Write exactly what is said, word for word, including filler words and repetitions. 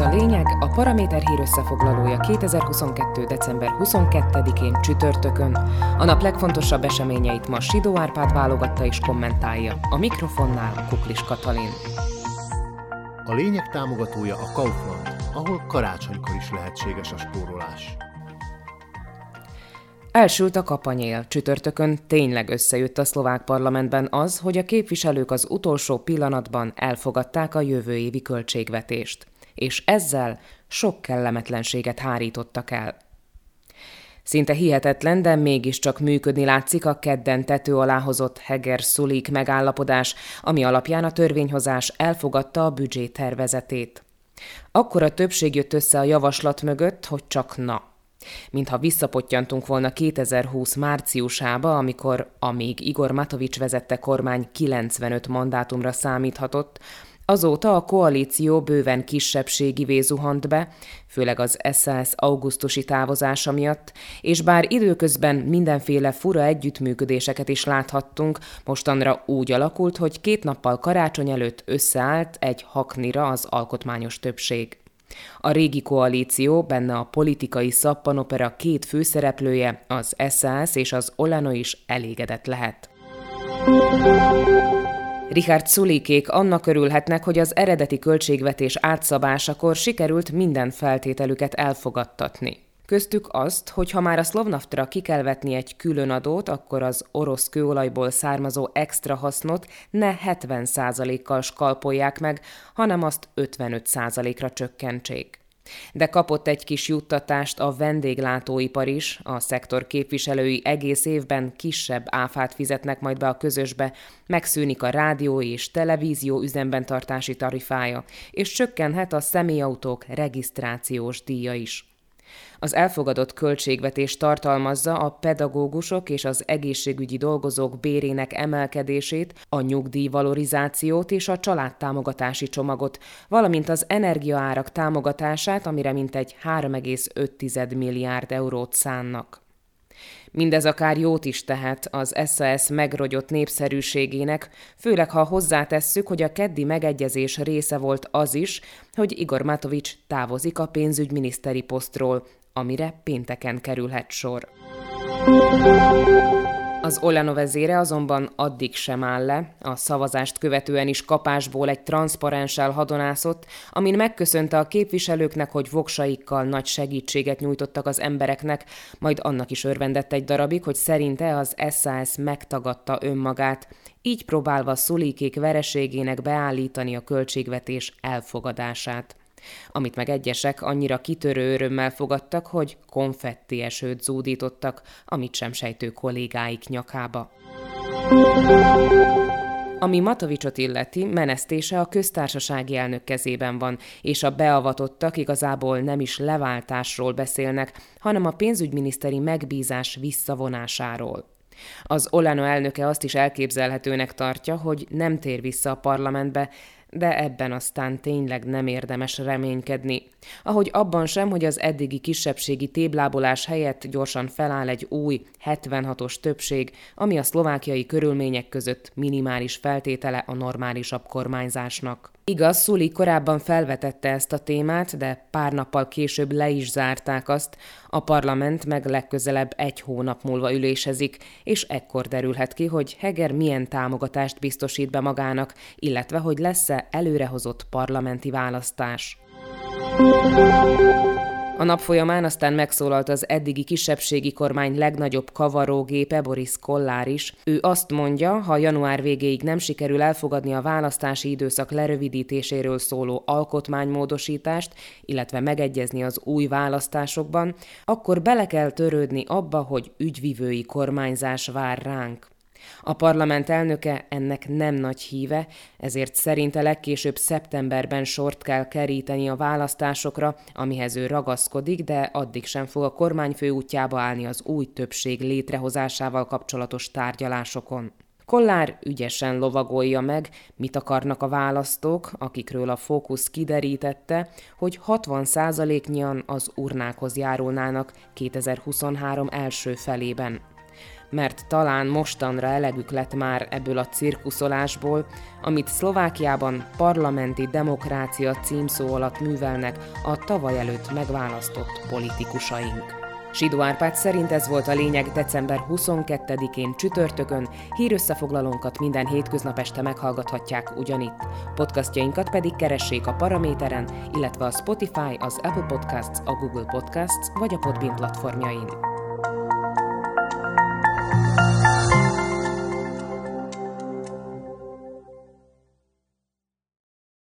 a lényeg, a Paraméter hír összefoglalója kétezer-huszonkettő. december huszonkettedikén csütörtökön. A nap legfontosabb eseményeit ma Sidó Árpád válogatta és kommentálja. A mikrofonnál Kuklis Katalin. A lényeg támogatója a Kaufland, ahol karácsonykor is lehetséges a spórolás. Elsült a kapanyél. Csütörtökön tényleg összejött a szlovák parlamentben az, hogy a képviselők az utolsó pillanatban elfogadták a jövő évi költségvetést, és ezzel sok kellemetlenséget hárítottak el. Szinte hihetetlen, de mégiscsak működni látszik a kedden tető alá hozott Heger-Sulik megállapodás, ami alapján a törvényhozás elfogadta a büdzsé tervezetét. Akkora többség jött össze a javaslat mögött, hogy csak na. Mintha visszapottyantunk volna kétezer-húsz márciusába, amikor a még Igor Matovics vezette kormány kilencvenöt mandátumra számíthatott, azóta a koalíció bőven kisebbségivé zuhant be, főleg az es zé es augusztusi távozása miatt, és bár időközben mindenféle fura együttműködéseket is láthattunk, mostanra úgy alakult, hogy két nappal karácsony előtt összeállt egy haknira az alkotmányos többség. A régi koalíció, benne a politikai szappanopera két főszereplője, az es zé es és az Olano is elégedett lehet. Richard Sulikék annak örülhetnek, hogy az eredeti költségvetés átszabásakor sikerült minden feltételüket elfogadtatni. Köztük azt, hogy ha már a Slovnaftra ki kell vetni egy külön adót, akkor az orosz kőolajból származó extra hasznot ne hetven százalékkal skalpolják meg, hanem azt ötvenöt százalékra csökkentsék. De kapott egy kis juttatást a vendéglátóipar is, a szektor képviselői egész évben kisebb áfát fizetnek majd be a közösbe, megszűnik a rádió és televízió üzemben tartási tarifája, és csökkenhet a személyautók regisztrációs díja is. Az elfogadott költségvetés tartalmazza a pedagógusok és az egészségügyi dolgozók bérének emelkedését, a nyugdíjvalorizációt és a családtámogatási csomagot, valamint az energiaárak támogatását, amire mintegy három egész öt milliárd eurót szánnak. Mindez akár jót is tehet az es zé es megrogyott népszerűségének, főleg ha hozzátesszük, hogy a keddi megegyezés része volt az is, hogy Igor Matovics távozik a pénzügyminiszteri posztról, amire pénteken kerülhet sor. Az Olano vezére azonban addig sem áll le, a szavazást követően is kapásból egy transzparenssel hadonászott, amin megköszönte a képviselőknek, hogy voksaikkal nagy segítséget nyújtottak az embereknek, majd annak is örvendett egy darabig, hogy szerinte az es zé es megtagadta önmagát, így próbálva Sulikék vereségének beállítani a költségvetés elfogadását. Amit meg egyesek annyira kitörő örömmel fogadtak, hogy konfetti esőt zúdítottak, amit sem sejtő kollégáik nyakába. Ami Matovicsot illeti, menesztése a köztársasági elnök kezében van, és a beavatottak igazából nem is leváltásról beszélnek, hanem a pénzügyminiszteri megbízás visszavonásáról. Az Olano elnöke azt is elképzelhetőnek tartja, hogy nem tér vissza a parlamentbe, de ebben aztán tényleg nem érdemes reménykedni. Ahogy abban sem, hogy az eddigi kisebbségi téblábolás helyett gyorsan feláll egy új, hetvenhatos többség, ami a szlovákiai körülmények között minimális feltétele a normálisabb kormányzásnak. Igaz, Sulik korábban felvetette ezt a témát, de pár nappal később le is zárták azt, a parlament meg legközelebb egy hónap múlva ülésezik, és ekkor derülhet ki, hogy Heger milyen támogatást biztosít be magának, illetve hogy lesz-e előrehozott parlamenti választás. A nap folyamán aztán megszólalt az eddigi kisebbségi kormány legnagyobb kavarógépe, Boris Kollár is. Ő azt mondja, ha január végéig nem sikerül elfogadni a választási időszak lerövidítéséről szóló alkotmánymódosítást, illetve megegyezni az új választásokban, akkor bele kell törődni abba, hogy ügyvivői kormányzás vár ránk. A parlament elnöke ennek nem nagy híve, ezért szerinte legkésőbb szeptemberben sort kell keríteni a választásokra, amihez ő ragaszkodik, de addig sem fog a kormányfő útjába állni az új többség létrehozásával kapcsolatos tárgyalásokon. Kollár ügyesen lovagolja meg, mit akarnak a választók, akikről a Fókusz kiderítette, hogy hatvan százaléknyian az urnákhoz járulnának kétezer-huszonhárom első felében. mert talán mostanra elegük lett már ebből a cirkuszolásból, amit Szlovákiában parlamenti demokrácia címszó alatt művelnek a tavaly előtt megválasztott politikusaink. Sidó Árpád szerint ez volt a lényeg december huszonkettedikén csütörtökön, hírösszefoglalónkat minden hétköznap este meghallgathatják ugyanitt. Podcastjainkat pedig keressék a Paraméteren, illetve a Spotify, az Apple Podcasts, a Google Podcasts vagy a Podbean platformjain.